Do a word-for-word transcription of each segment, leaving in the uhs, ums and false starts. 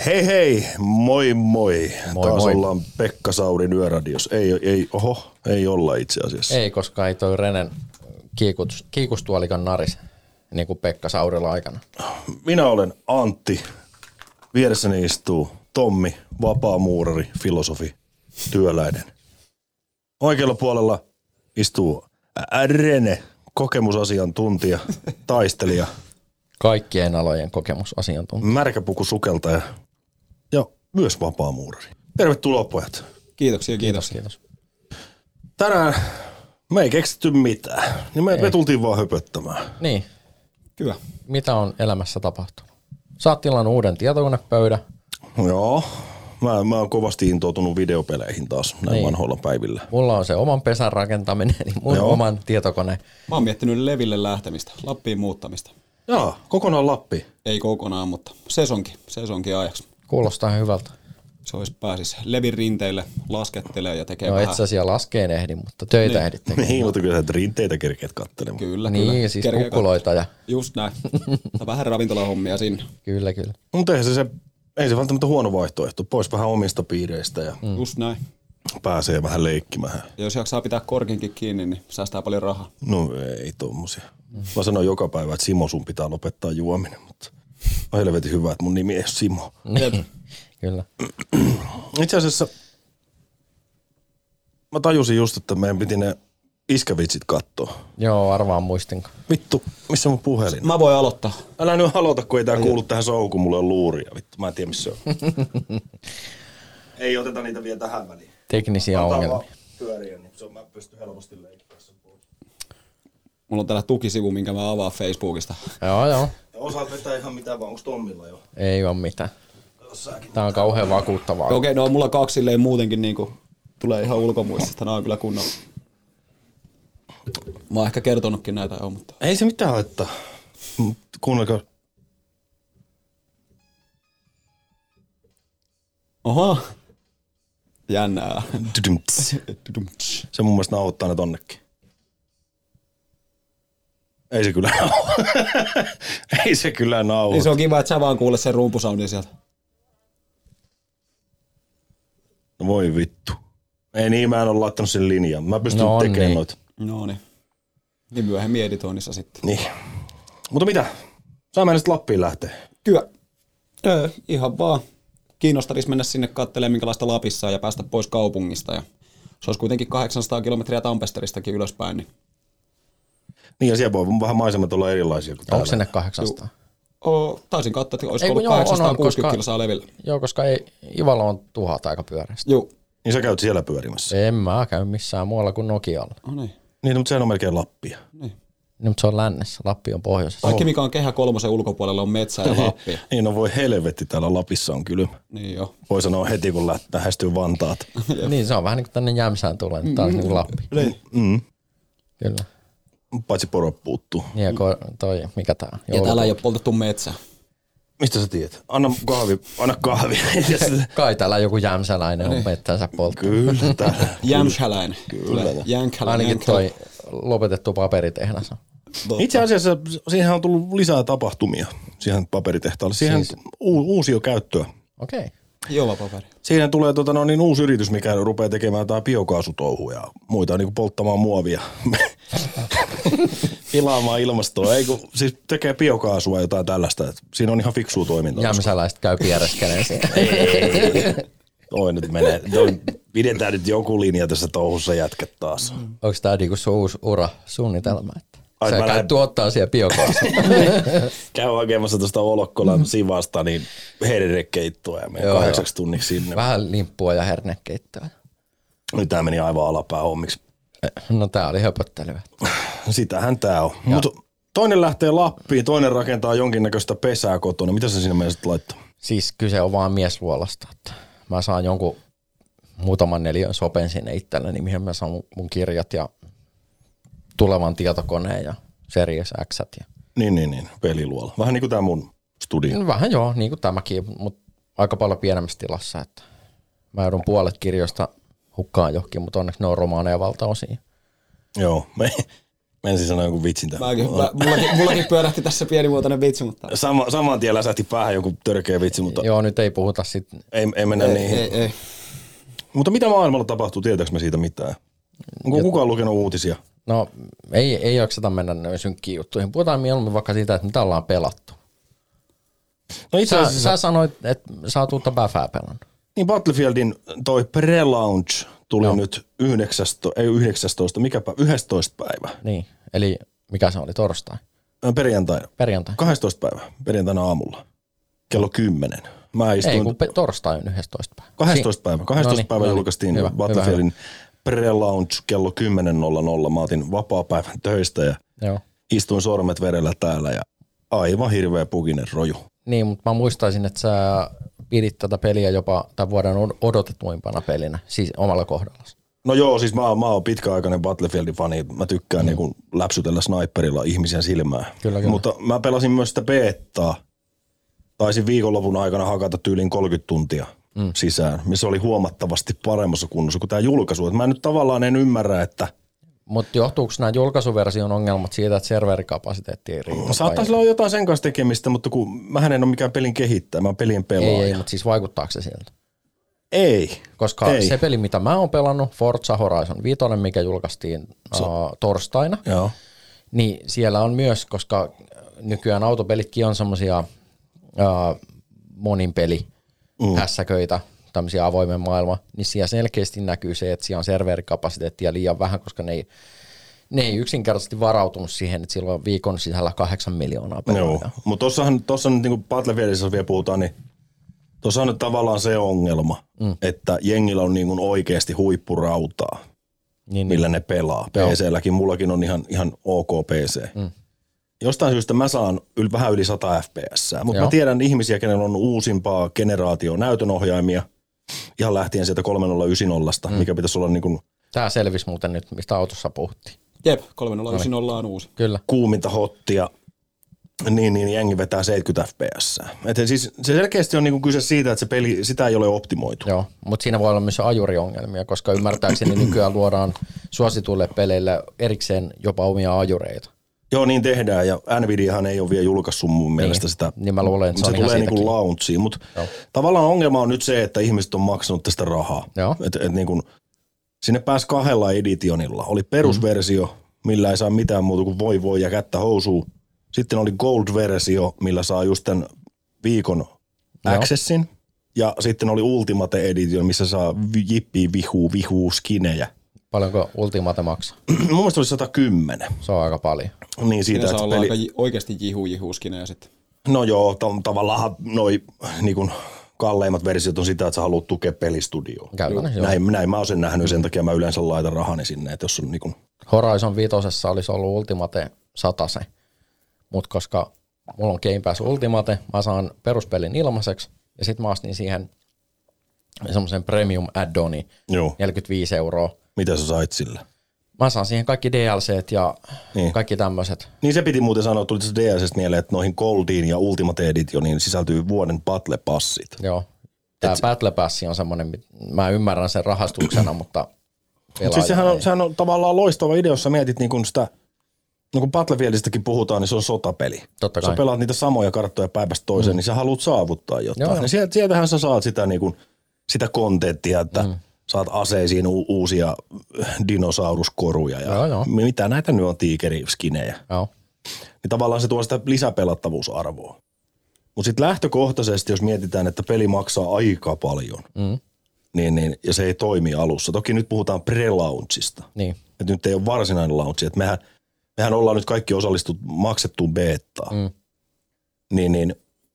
Hei hei, moi moi. Moi Taas moi. ollaan Pekka Saurin Yöradiossa. Ei, ei, oho, ei olla itse asiassa. Ei, koska ei toi Renen kiikus, kiikustuolikan naris, niin kuin Pekka Saurilla aikana. Minä olen Antti. Vieressäni istuu Tommi, vapaamuurari, filosofi, työläinen. Oikealla puolella istuu Rene, kokemusasiantuntija, taistelija, Kaikkien alojen kokemusasiantuntija. märkäpukusukeltaja ja myös vapaamuurari. Tervetuloa pojat. Kiitoksia, Kiitos, kiitos. kiitos. Tänään me ei keksitty mitään, niin me, me tultiin vaan höpöttämään. Niin, Hyvä. mitä on elämässä tapahtunut? Sä oot tilannut uuden tietokonepöydän. Joo, mä, mä oon kovasti intoutunut videopeleihin taas näin Niin. vanhoilla päivillä. Mulla on se oman pesän rakentaminen, niin mun Joo. oman tietokone. Mä oon miettinyt Leville lähtemistä, Lappiin muuttamista. Jaa, kokonaan Lappi. Ei kokonaan, mutta sesonkin, sesonkin ajaksi. Kuulostaa hyvältä. Se olisi pääsis Levin rinteille, laskettelee ja tekee No vähän. et sä siellä laskeen ehdi, mutta töitä Niin. ehdit tekemään. Niin, mutta kyllä sä rinteitä kerkeät kattelemaan. Kyllä, kyllä. Niin, siis Kerkeä kukkuloita ja katsoa. Just näin. Ja vähän ravintolahommia sinne. kyllä, kyllä. Mutta ei se, se, ei se välttämättä huono vaihtoehto. Pois vähän omista piireistä ja mm. Just näin. pääsee vähän leikkimään. Ja jos jaksaa pitää korkinkin kiinni, niin säästää paljon rahaa. No ei tommosia. Mm. Mä sanon joka päivä, että Simo, sun pitää lopettaa juominen, mutta on helvetin hyvä, että mun nimi ei ole Simo. Niin, kyllä. Itse asiassa mä tajusin just, että meidän piti ne iskävitsit katsoa. Joo, arvaan muistinko. Vittu, missä mun puhelin? Mä voin aloittaa. Älä nyt aloita, kun ei tää kuulu tähän showhun, kun mulla on luuria. Vittu, mä en tiedä, missä se on. Ei oteta niitä vielä tähän väliin. Teknisiä ongelmia. Pyöriä, niin se on, mä pystyn helposti leikkaamaan sen pois. Mulla on täällä tukisivu, minkä mä avaan Facebookista. Joo, joo. Ja osaat vetää ihan mitään vaan, onko Tommilla jo? Ei oo mitään. Tää on kauhean vakuuttavaa. Okei, no mulla kaksi silleen muutenkin niinku tulee ihan ulkomuistista. Nää on kyllä kunnon. Mä oon ehkä kertonutkin näitä jo, mutta Ei se mitään haittaa. Mut kuunnelkaa. oho. Jännää. Tudumts. Se mun mielestä nauhoittaa ne tonnekin. Ei se kyllä nauhoita. Ei se kyllä Niin se nauhoita. on kiva, että sä vaan kuulet sen rumpusoundin sieltä. No voi vittu. Ei niin, mä en ole laittanut sen linjaan. Mä pystyn No tekemään niin. noita. No niin. Niin myöhemmin editoinnissa sitten. Niin. Mutta mitä? Saa mennä sitten Lappiin lähteä. Kyllä. Öö, ihan vaan. Kiinnostaisi mennä sinne katselemaan, minkälaista Lapissa on ja päästä pois kaupungista. Ja se olisi kuitenkin kahdeksansataa kilometriä Tampesteristakin ylöspäin. Niin. Niin ja siellä voi vähän maisemat olla erilaisia kuin Onko täällä. sinne kahdeksansataa? O, taisin katsoa, että olisiko Ei, ollut joo, on, on, kahdeksansataakuusikymmentä koska- kilsaa levillä. Joo, koska ei, Ivalo on tuhat aika pyöreästi. Joo. Niin sä käyt siellä pyörimässä. En mä käy missään muualla kuin Nokialla. No niin. Niin, no, mutta sehän on melkein Lappia. niin. Niin, mutta se on lännessä. Lappi on pohjoisessa. Kaikki, mikä on Kehä kolmosen ulkopuolella, on metsää ja Lappia. Niin, no voi helvetti, täällä Lapissa on kylmä. Niin joo. Voi sanoa heti, kun läht- lähestyy Vantaat. Niin, se on vähän niin kuin tänne Jämsään tulee. Tää on niin kuin Lappi. Mm. Kyllä. Paitsi poro puuttuu. Niin, ja ko- toi, mikä tää on? Ja täällä ei ole poltettu metsää. Mistä sä tiedät? Anna kahvi, anna kahvi. Ja sit- Kai täällä joku jämsäläinen on mettänsä polttaa. Kyllä, täällä. Jämshäläinen. Kyllä. Jänkkäläinen. Ainakin toi lopetettu paperitehdas on. Itse asiassa siihen on tullut lisää tapahtumia siihen paperitehtaalle. Siihen Siis- u- uusia käyttöä. Okei. Okay. Joo, paperi. Siihen tulee tota, no, niin uusi yritys, mikä rupeaa tekemään jotain biokaasutouhuja ja muita, niin kuin polttamaan muovia. Pilaamaan ilmastoa. Ei kun, siis tekee biokaasua jotain tällaista. Et siinä on ihan fiksua toimintaa. Jämsäläiset käy piereskeleen siellä. Toi nyt menee. Toi, pidetään nyt joku linja tässä touhussa jätkät taas. Onko tää niinku sun uusi ura suunnitelma? Että Ai, sä mä käyt lähden- tuottaa siellä biokaasia. Käy hakemassa tuosta Olokkolan sivasta niin hernekeittoa ja menen Joo, kahdeksaksi tunniksi sinne. Vähän limppua ja hernekeittoa. Nyt tää meni aivan alapää hommiksi. No tää oli höpöttelyä. Sitähän tää on. Mutta toinen lähtee Lappiin, toinen rakentaa jonkinnäköistä pesää kotona. Mitä sä sinne menet laittaa? Siis kyse on vaan miesluolasta. Että mä saan jonkun muutaman neliön sopen sinne itselleni, mihin mä saan mun- mun kirjat ja tulevan tietokoneen ja Series X. Ja Niin, niin, niin. Peliluola. Vähän niin kuin tää mun studio. vähän joo, niin kuin tämäkin, mutta aika paljon pienemmässä tilassa. Että mä joudun puolet kirjoista hukkaan johonkin, mutta onneksi ne on romaaneja valtaosia. Joo. Me, Ensin sanoin jonkun vitsin. Mäkin, mä, mullakin, mullakin pyörähti tässä pienimuotoinen vitsi, mutta... Sama, saman tien läsähti päähän joku törkeä vitsi, mutta... Joo, nyt ei puhuta sit. Ei, ei mennä ei, niihin. Ei, ei. Mutta mitä maailmalla tapahtuu, tietääkö me siitä mitään? Onko kukaan lukenut uutisia? No, ei, ei jakseta mennä näihin synkkiin juttuihin. Puhutaan mieluummin vaikka siitä, että mitä ollaan pelattu. No itse asiassa... Sä, sä sanoit, että sä oot uutta Bäfää pelannut. Niin Battlefieldin toi pre-launch tuli no. nyt yhdeksästoista, ei yhdeksästoista, mikäpä, yhdestoista päivä. Niin, eli mikä se oli, torstai? Perjantaina. Perjantai. kahdestoista päivä, perjantaina aamulla, kello kymmenen. Mä istuin... Ei, kun pe- torstai on yhdestoista päivä. kahdestoista päivä, kahdestoista Noniin, päivä noniin. julkaistiin Hyvä, Battlefieldin pre-launch kello kymmenen nolla nolla. Mä otin vapaa-päivän töistä ja Joo. istuin sormet verellä täällä ja aivan hirveä puginen roju. Niin, mutta mä muistaisin, että sä pidit tätä peliä jopa tämän vuoden odotetuimpana pelinä, siis omalla kohdallasi. No joo, siis mä, mä oon pitkäaikainen Battlefieldin fani. Mä tykkään mm. niin läpsytellä sniperilla ihmisen silmää. Kyllä, kyllä. Mutta mä pelasin myös sitä beettaa. Taisin viikonlopun aikana hakata tyyliin kolmekymmentä tuntia mm. sisään, missä oli huomattavasti paremmassa kunnossa kuin tämä julkaisu. Et mä nyt tavallaan en ymmärrä, että... Mutta johtuuko nämä julkaisuversion ongelmat siitä, että serverikapasiteetti ei riitä? Saattaisi olla jotain sen kanssa tekemistä, mutta kun mähän en ole mikään pelin kehittäjä, mä oon pelien pelaaja. Ei, ei, mutta siis vaikuttaako se siltä? Ei. Koska ei. se peli, mitä mä oon pelannut, Forza Horizon viisi, mikä julkaistiin uh, torstaina, Joo. niin siellä on myös, koska nykyään autopelitkin on semmoisia uh, monin peli mm. hässäköitä, tämmöisiä avoimen maailma, niin siellä selkeästi näkyy se, että siellä on serverikapasiteettia liian vähän, koska ne ei, ne ei yksinkertaisesti varautunut siihen, että silloin viikon sisällä kahdeksan miljoonaa pelaajaa. Joo, mutta tossahan, tuossa nyt niin Battlefieldissä vielä puhutaan, niin tuossa on nyt tavallaan se ongelma, mm. että jengillä on niin kuin oikeasti huippurautaa, niin, millä niin. ne pelaa. P C-lläkin, mullakin on ihan, ihan ok P C. Mm. Jostain syystä mä saan yl, vähän yli sata F P S, mutta mä tiedän ihmisiä, kenellä on uusimpaa generaatio näytönohjaimia, ihan lähtien sieltä kolmekymmentäyhdeksänkymmentä, mm. mikä pitäisi olla niin kuin... Tämä selvisi muuten nyt, mistä autossa puhuttiin. Jep, kolmekymmentäyhdeksänkymmentä on uusi. Kyllä. Kuuminta hottia, niin, niin jengi vetää seitsemänkymmentä F P S. Et siis se selkeästi on niinku kyse siitä, että se peli, sitä ei ole optimoitu. Joo, mutta siinä voi olla myös ajuriongelmia, koska ymmärtääkseni nykyään luodaan suosituille peleille erikseen jopa omia ajureita. Joo, niin tehdään, ja Nvidiahan ei ole vielä julkaissut mun mielestä niin. sitä. Niin mä luulen, että se, se tulee niinku launchiin, mutta tavallaan ongelma on nyt se, että ihmiset on maksanut tästä rahaa. Et, et niinku, sinne pääsi kahdella editionilla. Oli perusversio, mm. millä ei saa mitään muuta kuin voi voi ja kättä housuun. Sitten oli Gold-versio, millä saa just tämän viikon accessin. Joo. Ja sitten oli Ultimate Edition, missä saa jippiä vihuu, vihuu, skinejä. Paljonko Ultimate maksaa? Mun mielestä oli sata kymmenen. Se on aika paljon. Niin siitä, siinä saa olla peli... aika oikeasti jihu, jihu skinejä sitten. No joo, t- tavallaan noi niin kalleimmat versiot on sitä, että sä haluat tukea pelistudioa. Käytännössä, näin, näin mä oon sen nähnyt, sen takia mä yleensä laitan rahani sinne, että jos on niin kuin... Horizon viitosessa olisi ollut Ultimate satase. Mutta koska mulla on Game Pass Ultimate, mä saan peruspelin ilmaiseksi ja sit mä astin siihen semmoisen premium add-onin, neljäkymmentäviisi euroa. Mitä sä sait sillä? Mä saan siihen kaikki D L C:t ja niin. kaikki tämmöiset. Niin se piti muuten sanoa, tuli tässä D L C:stä mieleen, että noihin Goldiin ja Ultimate Editioniin sisältyy vuoden Battle Passit. Joo. Tää Et... Battle Pass on semmoinen, mä ymmärrän sen rahastuksena, mutta Mut siis sehän on, sehän on tavallaan loistava idea, jos sä mietit niin kun sitä, no kun Battlefieldistäkin puhutaan, niin se on sotapeli. Totta kai. Sä pelaat niitä samoja karttoja päivästä toiseen, mm. niin sä haluat saavuttaa jotain. Joo. Niin sieltä, sieltähän sä saat sitä, niin kun, sitä kontenttia, että mm. saat aseisiin u- uusia dinosauruskoruja ja joo, joo. mitä näitä nyt on, tiikeriskinejä. Joo. Niin tavallaan se tuo sitä lisäpelattavuusarvoa. Mutta sitten lähtökohtaisesti, jos mietitään, että peli maksaa aika paljon, mm. niin, niin, ja se ei toimi alussa. Toki nyt puhutaan pre-launchista. Niin. Että nyt ei ole varsinainen launchi. Että mehän, mehän ollaan nyt kaikki osallistut maksettuun beettaan. Mm. Niin, niin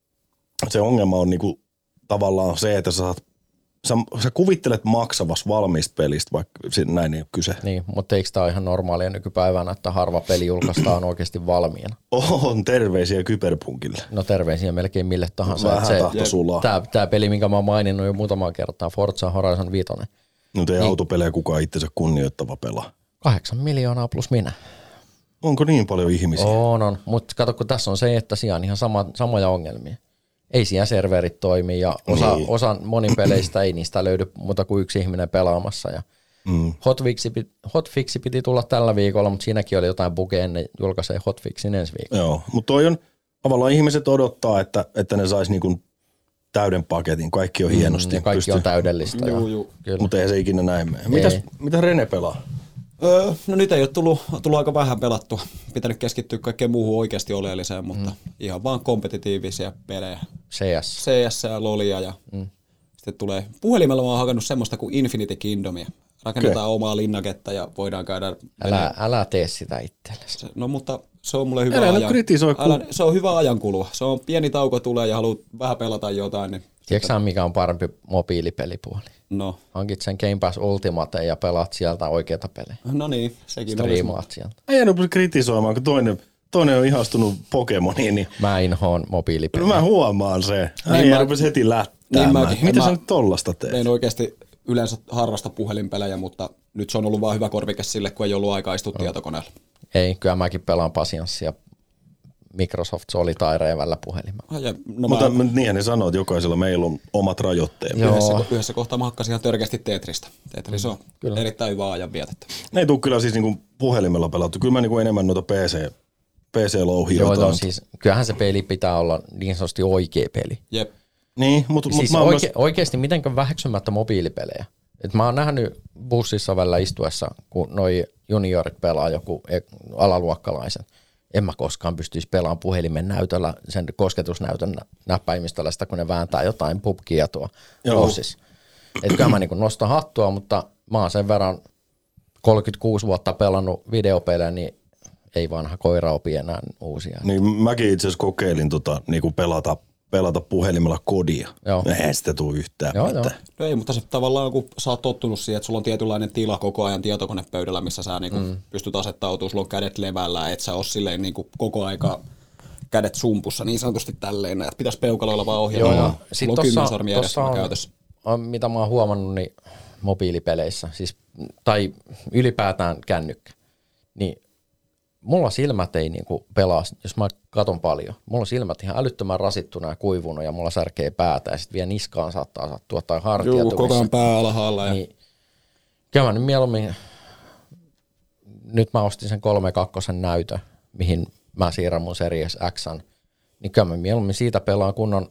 se ongelma on niinku tavallaan se, että sä saat Sä, sä kuvittelet maksavas valmiista pelistä, vaikka näin ei ole kyse. Niin, mutta eikö tämä ole ihan normaalia nykypäivänä, että harva peli julkaistaan oikeasti valmiina? On terveisiä Kyberpunkille. No terveisiä melkein mille tahansa. Vähän se, tahto sulaa. Tämä, tämä peli, minkä mä oon maininnut jo muutamaa kertaa, Forza Horizon viisi. No ei niin. Autopelejä kukaan itsensä kunnioittava pelaa. Kahdeksan miljoonaa plus minä. Onko niin paljon ihmisiä? On, on. Mutta kato, kun tässä on se, että siellä on ihan sama, samoja ongelmia. Ei siellä serverit toimi ja osa, niin. osa monin peleistä ei niistä löydy muuta kuin yksi ihminen pelaamassa. Ja Mm. Hotfixi, hotfixi piti tulla tällä viikolla, mutta siinäkin oli jotain bugea, ennen julkaisee hotfixin ensi viikolla. Joo, mutta toi on, tavallaan ihmiset odottaa, että, että ne sais niinku täyden paketin. Kaikki on hienosti. Mm, kaikki pystyy. on täydellistä. Juu, juu. Mutta ei se ikinä näin mene. Mitäs, mitä Rene pelaa? Öö, no nyt ei ole tullut, tullut aika vähän pelattua. Pitänyt keskittyä kaikkeen muuhun oikeasti oleelliseen, mutta mm. ihan vaan kompetitiivisia pelejä. C S. C S ja Lolia ja mm. sitten tulee... Puhelimella mä oon hakannut semmoista kuin Infinity Kingdomia. Rakennetaan okay. omaa linnaketta ja voidaan käydä... Älä, älä tee sitä itsellesi. No mutta se on mulle hyvä älä ajan... kritisoi, kun... älä, se on hyvä ajankulua. Se on pieni tauko tulee ja haluat vähän pelata jotain. Niin tiedätkö sä, mikä on parempi mobiilipelipuoli? No. Hankit sen Game Pass Ultimate ja pelaat sieltä oikeita pelejä. No niin, sekin striimaat sieltä. Mä en ole kritisoimaan, kun toinen, toinen on ihastunut Pokemoniin. Niin... Mä inhoon mobiilipeliä. No mä huomaan se. Hän niin rupesi heti lähtäämään. Niin mitä sä nyt tollasta teet? En oikeasti yleensä harrasta puhelinpelejä, mutta nyt se on ollut vaan hyvä korvike sille, kun ei ollut aikaa istua no. tietokoneella. Ei, kyllä mäkin pelaan pasianssia Microsoft Solitairevällä puhelimella. No mutta mä... niinhän ne sanoo, että jokaisella meillä on omat rajoitteet. Yhdessä, yhdessä kohtaa mä hakkasin ihan törkeästi Tetristä. Tetris on kyllä. Erittäin hyvä ajan vietettä. Ne ei tule kyllä siis niinku puhelimella pelattu. Kyllä mä niinku enemmän noita P C, P C-louhia. Joo, no, siis, kyllähän se peli pitää olla niin sanotusti oikea peli. Jep. Niin, mutta siis mut oike- myös... oikeasti mitenkö väheksymättä mobiilipelejä. Et mä oon nähnyt bussissa välillä istuessa, kun noi juniorit pelaa joku alaluokkalaisen. En mä koskaan pystyisi pelaamaan puhelimen näytöllä, sen kosketusnäytön näppäimistöllä sitä, kun ne vääntää jotain pubgia tuo bussissa. Että kyllä mä niin nostan hattua, mutta mä oon sen verran kolmekymmentäkuusi vuotta pelannut videopelejä, niin ei vanha koira opi enää uusia. Niin mäkin itse asiassa kokeilin tota, niinku pelata, pelata puhelimella kodia. Joo. Eihän sitä tule yhtään joo, mitään. Joo. No ei, mutta se tavallaan kun sä oot tottunut siihen, että sulla on tietynlainen tila koko ajan tietokonepöydällä, missä sä niinku mm. pystyt asettautumaan, sulla on kädet levällä, et sä oo silleen niinku koko aika kädet sumpussa, niin sanotusti tälleen, että pitäisi peukaloilla vaan ohjata. Joo, sitten tuossa on, käytössä. On, mitä mä oon huomannut, niin mobiilipeleissä, siis, tai ylipäätään kännykkä, niin mulla silmät ei niinku pelaa, jos mä katon paljon. Mulla on silmät ihan älyttömän rasittuna ja kuivunut ja mulla särkee päätä ja sitten vielä niskaan saattaa sattua tai hartiatumissa. Joo, koko ajan pää alhaalla. Ja... Niin, kyllä mä nyt mieluummin, nyt mä ostin sen kolme kakkosen näytö, mihin mä siirrän mun Series X:n, niin kyllä mä mieluummin siitä pelaan kunnon,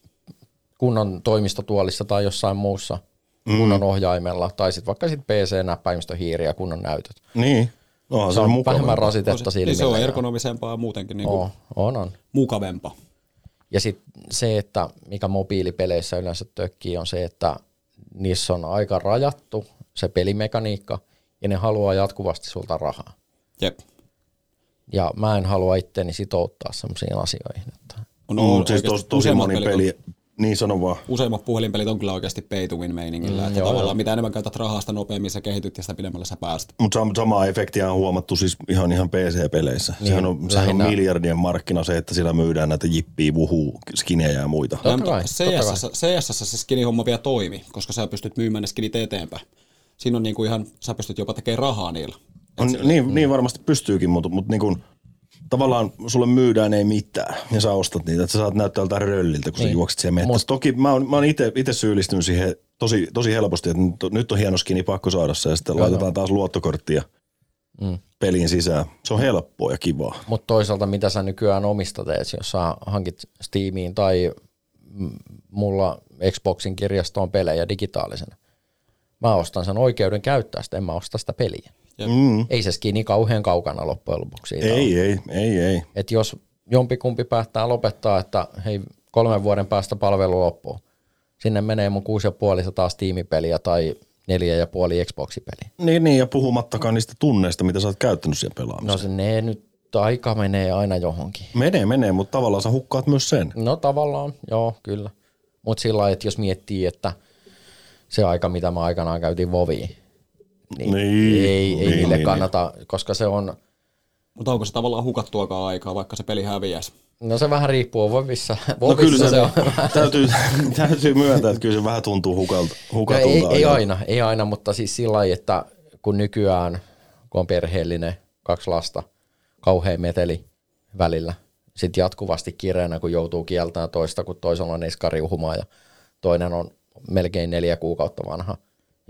kunnon toimistotuolissa tai jossain muussa mm. kunnon ohjaimella tai sitten vaikka sitten P C-näppäimistöhiiri ja kunnon näytöt. Niin. No, se on mukava. Vähemmän rasitetta silmillä. Niin se on ergonomisempaa muutenkin niin on, on, on. mukavempaa. Ja sitten se, että mikä mobiilipeleissä yleensä tökkii, on se, että niissä on aika rajattu se pelimekaniikka ja ne haluaa jatkuvasti sulta rahaa. Jep. Ja mä en halua itteeni sitouttaa semmoisiin asioihin. Että... No, no siis tos, tosi moni peli... On... Niin sano vaan. Useimmat puhelinpelit on kyllä oikeasti pay to win meiningillä, mm, että joo, tavallaan joo. mitä enemmän käytät rahaa, sitä nopeammin sä kehityt ja sitä pidemmälle sä pääst. Mutta samaa efektiä on huomattu siis ihan, ihan P C-peleissä. Niin, sehän on, sehän on miljardien markkina se, että sillä myydään näitä jippiä, vuhuu, skinejä ja muita. Ja, kai, C S se skinihomma vielä toimi, koska sä pystyt myymään ne skinit eteenpäin. Siinä on niinku ihan, sä pystyt jopa tekemään rahaa niillä. On, niin, mm. niin varmasti pystyykin, mutta, mutta niin kuin, tavallaan sulle myydään ei mitään ja sä ostat niitä, että sä saat näyttää jotain rölliltä, kun niin. sä juokset siihen mettässä. Toki mä oon, mä oon ite, ite syyllistynyt siihen tosi, tosi helposti, että nyt on, nyt on hieno skini pakko saada se ja sitten Joo, laitetaan no. taas luottokorttia mm. peliin sisään. Se on helppoa ja kivaa. Mutta toisaalta mitä sä nykyään omistat edes, jos sä hankit Steamiin tai mulla Xboxin kirjastoon pelejä digitaalisena. Mä ostan sen oikeuden käyttää sitä, en mä osta sitä peliä. Mm. Ei se skini kauhean kaukana loppujen lopuksi. Ei, ei, ei, ei. Et jos jompikumpi päättää lopettaa, että hei, kolmen vuoden päästä palvelu loppuu, sinne menee mun kuusi ja puoli sataa Steam-peliä tai neljä ja puoli Xbox-peliä. Niin, niin, ja puhumattakaan niistä tunneista, mitä sä oot käyttänyt siellä pelaamiseen. No se ne nyt aika menee aina johonkin. Menee, menee, mutta tavallaan sä hukkaat myös sen. No tavallaan, joo, kyllä. Mutta sillä lailla, että jos miettii, että se aika, mitä mä aikanaan käytin Voviin, niin, niin ei, ei niin, niille niin, kannata, niin. koska se on... Mutta onko se tavallaan hukattuakaan aikaa, vaikka se peli häviäisi? No se vähän riippuu Vovissa. No kyllä se, se on. täytyy, täytyy myöntää, että kyllä se vähän tuntuu hukalta, hukatulta. Ei, ei aina, ei aina, mutta siis sillä lailla, että kun nykyään, kun on perheellinen, kaksi lasta, kauhean meteli välillä, sitten jatkuvasti kireänä, kun joutuu kieltämään toista, kun toisella on eskariuhumaa ja toinen on melkein neljä kuukautta vanha,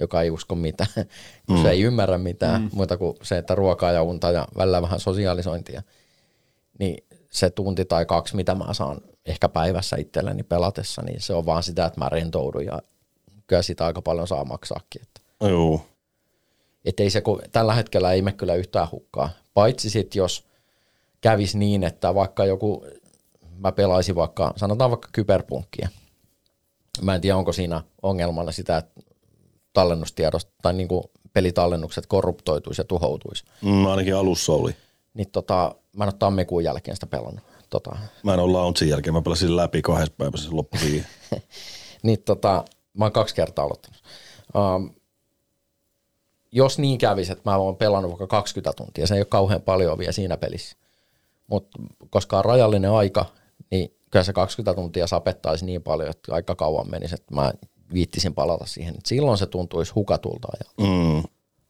joka ei usko mitään, kun mm. se ei ymmärrä mitään, mm. muuta kuin se, että ruokaa ja unta ja välillä vähän sosiaalisointia, niin se tunti tai kaksi, mitä mä saan ehkä päivässä itselleni pelatessa, niin se on vaan sitä, että mä rentoudun ja kyllä sitä aika paljon saa maksaakin. Että. Joo. Et ei se, kun tällä hetkellä ei me kyllä yhtään hukkaa, paitsi sit jos kävisi niin, että vaikka joku, mä pelaisin vaikka, sanotaan vaikka kyberpunkkia. Mä en tiedä, onko siinä ongelmana sitä, että tallennustiedosta tai niinku pelitallennukset korruptoituisi ja tuhoutuisi. Mm, ainakin alussa oli. Niin tota, mä en ole tammikuun jälkeen sitä pelannut. Tota. Mä en ole launchin jälkeen, mä pelasin läpi kahdessa päivässä, se loppui siihen. Niin tota, mä oon kaksi kertaa aloittanut. Um, jos niin kävisi, että mä oon pelannut vaikka kaksikymmentä tuntia, se ei ole kauhean paljon vielä siinä pelissä. Mutta koska on rajallinen aika, niin kyllä se kaksikymmentä tuntia sapettaisi niin paljon, että aika kauan menisi, että mä viittisin palata siihen. Et silloin se tuntuisi hukatulta ajalta. Mm.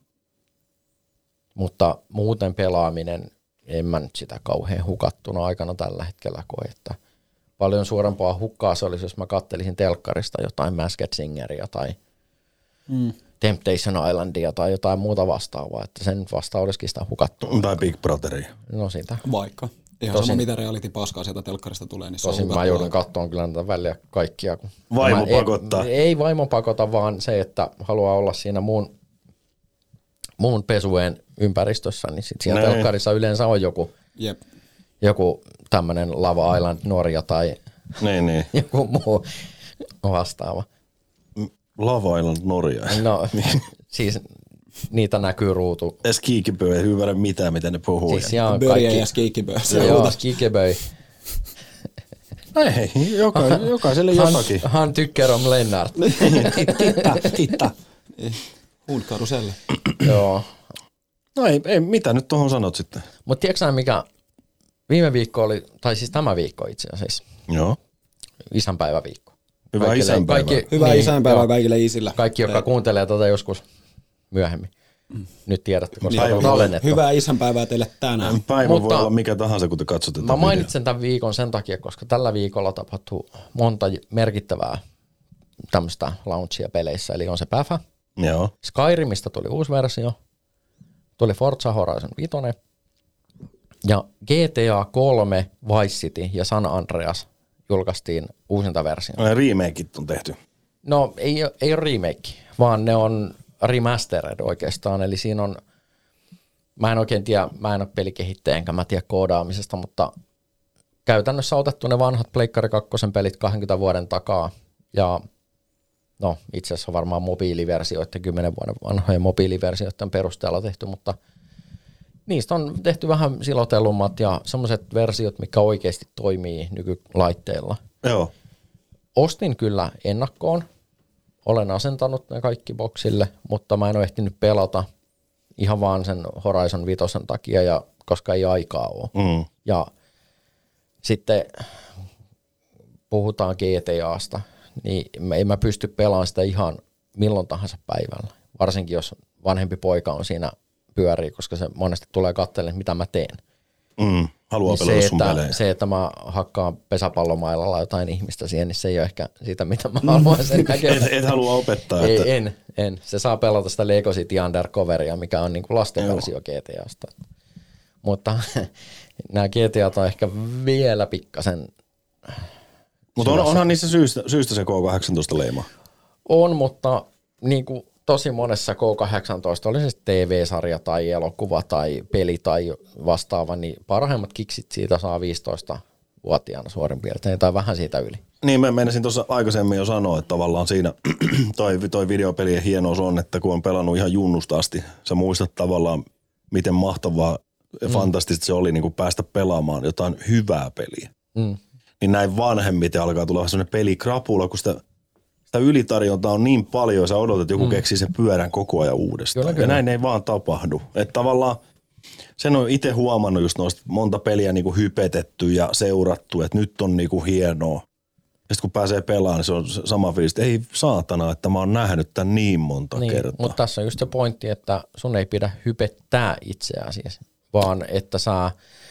Mutta muuten pelaaminen, en mä nyt sitä kauhean hukattuna aikana tällä hetkellä koe, että paljon suurempaa hukkaa se olisi, jos mä kattelisin telkkarista jotain Masked Singeria tai mm. Temptation Islandia tai jotain muuta vastaavaa, että sen vasta olisikin sitä hukattua. Tai Big Brotheria. No sitä. Vaikka. Ihan tosin, sama mitä reality-paskaa sieltä telkkarista tulee, niin se tosin on mä joudun katsomaan kyllä näitä väliä kaikkia. Kun vaimo pakottaa. Ei, ei vaimo pakota, vaan se, että haluaa olla siinä muun, muun pesueen ympäristössä, niin sit siinä Näin. telkkarissa yleensä on joku, Jep. joku tämmöinen Lava Island Norja tai niin, niin. joku muu vastaava. Lava Island Norja? No, siis niitä näkyy ruutu. Skikibö ei ymmärrä mitään, mitä ne puhuu. Siis ihan Börje ja Skikibö. Joo, Skikibö. Ei, joka, jokaiselle jotakin. Han, han tycker om Lennart. titta, titta. Hundkaruselle. Joo. No ei, ei, mitä nyt tuohon sanot sitten? Mutta tiedätkö mikä viime viikko oli, tai siis tämä viikko itse asiassa. Joo. Isänpäiväviikko. Hyvä kaikille, isänpäivä. Kaikki, Hyvää niin, isänpäivää kaikille isillä. Kaikki, jotka kuuntelee tätä joskus myöhemmin. Mm. Nyt tiedätte, koska niin, on tallennettu. Hyvää isänpäivää teille tänään. Päivä Mutta, voi olla mikä tahansa, kun te katsotte mä mainitsen tämän viikon sen takia, koska tällä viikolla tapahtuu monta merkittävää tämmöistä launchia peleissä. Eli on se P A F A. Joo. Skyrimistä tuli uusi versio. Tuli Forza Horizon viisi. Ja G T A kolme, Vice City ja San Andreas julkaistiin uusinta versio. No, remakeit on tehty. No ei, ei ole remake, vaan ne on remastered oikeastaan. Eli siinä on, mä en oikein tiedä, mä en ole pelikehittäjä, enkä mä tiedä koodaamisesta, mutta käytännössä otettu ne vanhat Pleikkari kakkosen pelit kaksikymmentä vuoden takaa. Ja no itse asiassa varmaan mobiiliversioiden, kymmenen vuoden vanhojen mobiiliversioiden perusteella tehty, mutta niistä on tehty vähän silotellummat ja semmoiset versiot, mikä oikeasti toimii nykylaitteilla. Joo. Ostin kyllä ennakkoon. Olen asentanut ne kaikki boksille, mutta mä en ole ehtinyt pelata ihan vaan sen Horizon Vitosen takia, ja koska ei aikaa ole. Mm. Ja sitten puhutaan G T A:sta, niin en mä pysty pelaamaan sitä ihan milloin tahansa päivällä. Varsinkin jos vanhempi poika on siinä pyörii, koska se monesti tulee katselemaan, mitä mä teen. Mm, haluaa niin pelata se, sun että, pelejä. Se, että mä hakkaan pesäpallomailalla jotain ihmistä siihen, niin se ei ole ehkä sitä, mitä mä haluan sen näkemään. et, et halua opettaa. Ei, että... en, en. Se saa pelata sitä Lego City Undercoveria, mikä on niin kuin lasten versio G T A:sta. Mutta nämä G T A:t on ehkä vielä pikkasen... Mutta on, onhan niissä syystä, syystä se K kahdeksantoista leima. On, mutta niin kuin tosi monessa K kahdeksantoista, oli se T V-sarja tai elokuva tai peli tai vastaava, niin parhaimmat kiksit siitä saa viisitoistavuotiaana suurin piirtein tai vähän siitä yli. Niin, mä menisin tuossa aikaisemmin jo sanoa, että tavallaan siinä toi, toi videopelien hienous on, että kun on pelannut ihan junnusta asti, sä muistat tavallaan, miten mahtavaa ja mm. fantastista se oli niin kuin päästä pelaamaan jotain hyvää peliä. Mm. Niin näin vanhemmiten alkaa tulla sellainen pelikrapula, kun sitä, sitä ylitarjontaa on niin paljon, sä odotat, että joku mm. keksii sen pyörän koko ajan uudestaan. Kyllä, kyllä. Ja näin ei vaan tapahdu. Että tavallaan sen on itse huomannut just noista monta peliä niin kuin hypetetty ja seurattu, että nyt on niin kuin hienoa. Ja sitten kun pääsee pelaamaan, niin se on sama fiilis, että ei saatana, että mä oon nähnyt tämän niin monta niin, kertaa. Mutta tässä on just se pointti, että sun ei pidä hypettää itseäsi, vaan että sä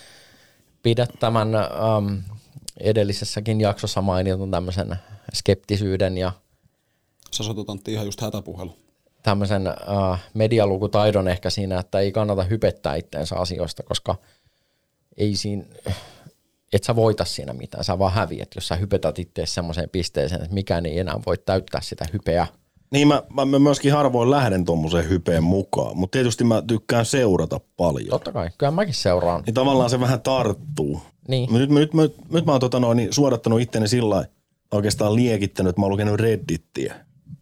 pidät tämän um, edellisessäkin jaksossa mainitun tämmöisen skeptisyyden ja... Sä sotutantti ihan just hätäpuhelu. tämmöisen äh, medialukutaidon ehkä siinä, että ei kannata hypettää itteensä asioista, koska ei siinä, et sä voita siinä mitään, sä vaan häviät, jos sä hypetät itteesi semmoiseen pisteeseen, että mikään ei enää voi täyttää sitä hypeä. Niin mä, mä myöskin harvoin lähden tuommoiseen hypeen mukaan, mutta tietysti mä tykkään seurata paljon. Totta kai, kyllä mäkin seuraan. Niin tavallaan se vähän tarttuu. Niin. Nyt, nyt, nyt, nyt mä oon tota noin, niin suodattanut itteni sillä lailla, oikeastaan liekittänyt, että mä oon lukenut Reddittiä.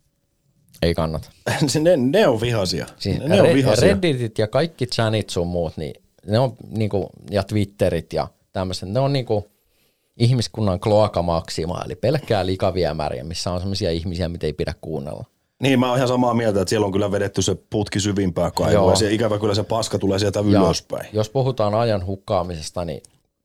Ei kannata. ne, ne on vihaisia. Siis ne on vihaisia. Redditit ja kaikki chanit sun muut, niin ne on niinku, ja Twitterit ja tämmöiset, ne on niinku ihmiskunnan kloaka maxima, eli pelkkää likaviemäriä, missä on semmoisia ihmisiä, mitä ei pidä kuunnella. Niin, mä oon ihan samaa mieltä, että siellä on kyllä vedetty se putki syvimpää kaivua, ja se, ikävä kyllä se paska tulee sieltä ylöspäin. Jos puhutaan ajan hukkaamisesta, niin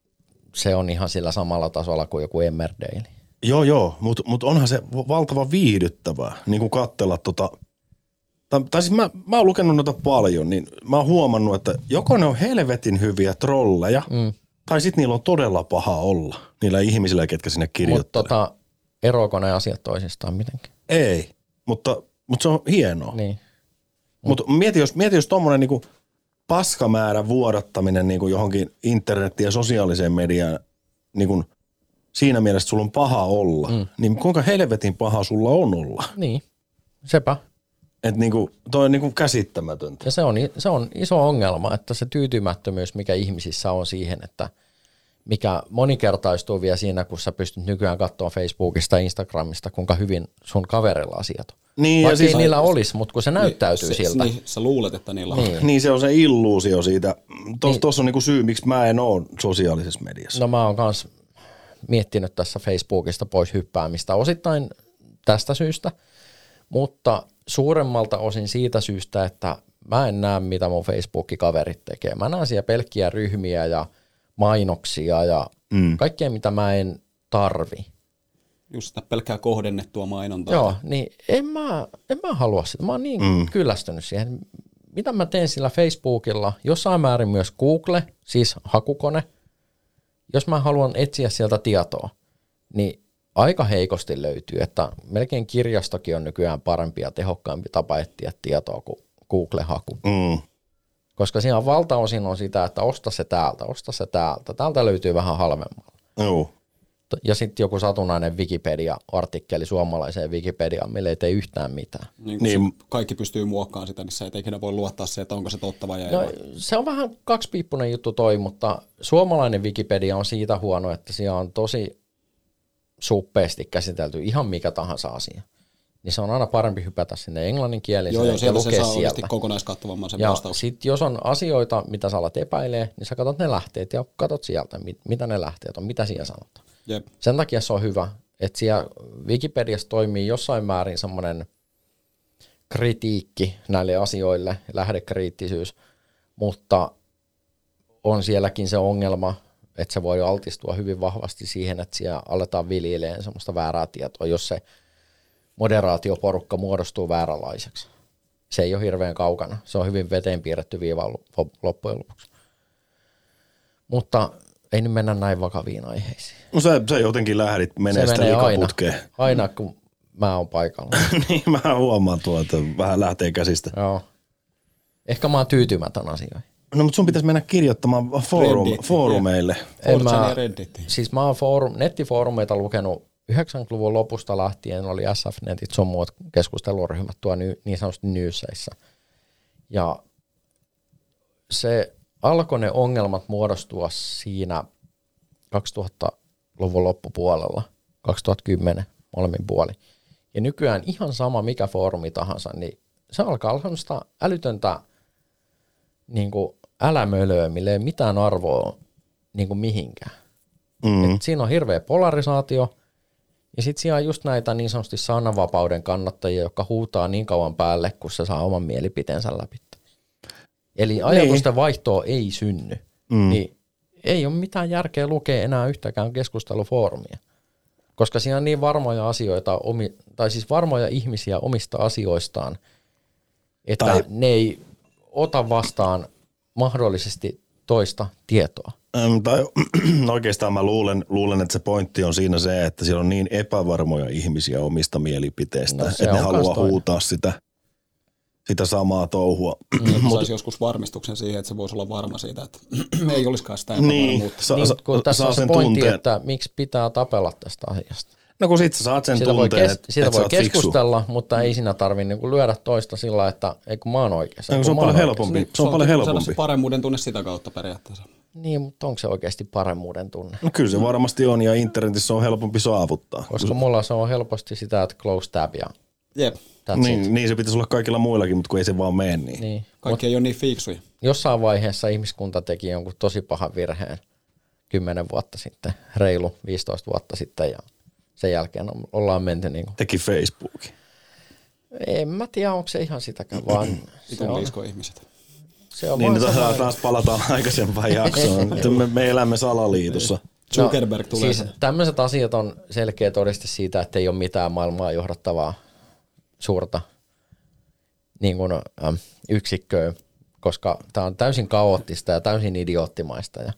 se on ihan sillä samalla tasolla kuin joku Emmerdale. Joo, joo, mutta mut onhan se valtava viihdyttävää, niin kuin katsella tota, tai, tai siis mä, mä oon lukenut noita paljon, niin mä oon huomannut, että joko ne on helvetin hyviä trolleja, mm. tai sit niillä on todella paha olla, niillä ihmisillä, ketkä sinne kirjoittaa. Mutta tota, eroako ne asiat toisistaan mitenkään? Ei, mutta, mutta se on hienoa. Niin. Mutta mieti, jos, mieti, jos tommonen niinku paskamäärä vuodattaminen niinku johonkin internettiin ja sosiaaliseen mediaan niinku siinä mielessä sulla on paha olla, mm. niin kuinka helvetin paha sulla on olla? Niin, sepä. Että niinku, toi on niinku käsittämätöntä. Ja se on, se on iso ongelma, että se tyytymättömyys, mikä ihmisissä on siihen, että mikä monikertaistuu vielä siinä, kun sä pystyt nykyään katsoa Facebookista ja Instagramista, kuinka hyvin sun kaverilla asiat on. Niin, vaikka siis ei niillä olisi, mutta kun se näyttäytyy niin, siltä. Niin, sä luulet, että niillä on. Niin. niin se on se illuusio siitä. Tuossa niin. on niinku syy, miksi mä en ole sosiaalisessa mediassa. No mä oon kans miettinyt tässä Facebookista pois hyppäämistä osittain tästä syystä, mutta suuremmalta osin siitä syystä, että mä en näe, mitä mun Facebook-kaverit tekee. Mä näen siellä pelkkiä ryhmiä ja mainoksia ja mm. kaikkea, mitä mä en tarvi. Just sitä pelkkää kohdennettua mainontaa. Joo, niin en mä, en mä halua sitä. Mä oon niin mm. kyllästynyt siihen. Mitä mä teen sillä Facebookilla? Jossain määrin myös Google, siis hakukone. Jos mä haluan etsiä sieltä tietoa, niin aika heikosti löytyy, että melkein kirjastokin on nykyään parempi ja tehokkaampi tapa etsiä tietoa kuin Google-haku. Mm. Koska siinä on valtaosin on sitä, että osta se täältä, osta se täältä. Täältä löytyy vähän halvemmalla. Joo. Ja sitten joku satunnainen Wikipedia-artikkeli suomalaiseen Wikipediaan, millä ei tee yhtään mitään. Niin, niin. Kaikki pystyy muokkaamaan sitä, niin sä et ikinä voi luottaa siihen, että onko se totta vai ei. No, se on vähän kaksipiippunen juttu toi, mutta suomalainen Wikipedia on siitä huono, että siellä on tosi suppeasti käsitelty ihan mikä tahansa asia. Niin se on aina parempi hypätä sinne englanninkieliselle joo, joo, ja lukea se saa sieltä. kokonaiskattavamman sen ja vastaus. Sitten jos on asioita, mitä sä alat epäilee, niin sä katsot ne lähteet ja katsot sieltä, mitä ne lähteet on, mitä siellä sanotaan. Jep. Sen takia se on hyvä, että siellä Wikipediassa toimii jossain määrin semmoinen kritiikki näille asioille, lähdekriittisyys, mutta on sielläkin se ongelma, että se voi altistua hyvin vahvasti siihen, että siellä aletaan viljelemään semmoista väärää tietoa, jos se moderaatioporukka muodostuu vääränlaiseksi. Se ei ole hirveän kaukana. Se on hyvin veteen piirretty viiva loppujen lopuksi. Mutta ei nyt mennä näin vakaviin aiheisiin. No sä, sä jotenkin lähdit menee sitä likaputkeen. Aina, aina kun mä oon paikalla. Niin mä huomaan tuo, että vähän lähtee käsistä. Joo. Ehkä mä oon tyytymätön asioihin. No mutta sun pitäisi mennä kirjoittamaan foorum, foorumeille. En mä, siis mä oon foorum, nettifoorumeita lukenut yhdeksänkymmentäluvun lopusta lähtien, oli S F-netit, sun muut keskusteluryhmät tuo niin sanotusti newseissä. Ja se alkoi ne ongelmat muodostua siinä kaksituhattaluvun loppupuolella, kaksituhattakymmenen molemmin puoli. Ja nykyään ihan sama mikä foorumi tahansa, niin se alkaa olla sellaista älytöntä niin kuin älämölöä, millä ei mitään arvoa niin kuin mihinkään. Mm. Et siinä on hirveä polarisaatio, ja sitten siellä on just näitä niin sanotusti sananvapauden kannattajia, jotka huutaa niin kauan päälle, kun se saa oman mielipiteensä läpi. Eli ajatusten niin. vaihtoa ei synny, mm. niin ei ole mitään järkeä lukea enää yhtäkään keskustelufoorumia, koska siinä on niin varmoja asioita, tai siis varmoja ihmisiä omista asioistaan, että tai ne ei ota vastaan mahdollisesti toista tietoa. Ähm, tai oikeastaan mä luulen, luulen, että se pointti on siinä se, että siellä on niin epävarmoja ihmisiä omista mielipiteistä, no, että ne haluaa huutaa sitä. sitä samaa touhua. Mm, saisi joskus varmistuksen siihen, että se voisi olla varma siitä, että ei olisikaan sitä epävarmuutta. Niin, niin, kun tässä on se pointti, tunteen. Että miksi pitää tapella tästä asiasta. No kun sit sä saat sen sitä tunteen, voi kes- että Siitä et voi keskustella, fiksu. Mutta ei siinä tarvitse niinku lyödä toista sillä, että ei kun mä oon oikeassa. No, se on paljon helpompi. Se, se on, on paljon helpompi. Se paremmuuden tunne sitä kautta periaatteessa. Niin, mutta onko se oikeasti paremmuuden tunne? No kyllä se varmasti on, ja internetissä on helpompi saavuttaa. Koska mulla se on helposti sitä, että close tab ja Jep. Niin, niin se pitäisi olla kaikilla muillakin, mutta kun ei se vaan mene niin. niin. Kaikki Mut ei ole niin fiksuja. Jossain vaiheessa ihmiskunta teki jonkun tosi pahan virheen kymmenen vuotta sitten, reilu viisitoista vuotta sitten, ja sen jälkeen ollaan menty niin kuin. Teki Facebookin. En mä tiedä, onko se ihan sitäkään, vaan se on liisko-ihmiset. Se on niin taas, taas palataan aikaisempaan jaksoon. me, me elämme salaliitossa. Zuckerberg tulee. Siis tämmöiset asiat on selkeä todiste siitä, että ei ole mitään maailmaa johdattavaa suurta niin kuin, äm, yksikköä, koska tämä on täysin kaoottista ja täysin idioottimaista ja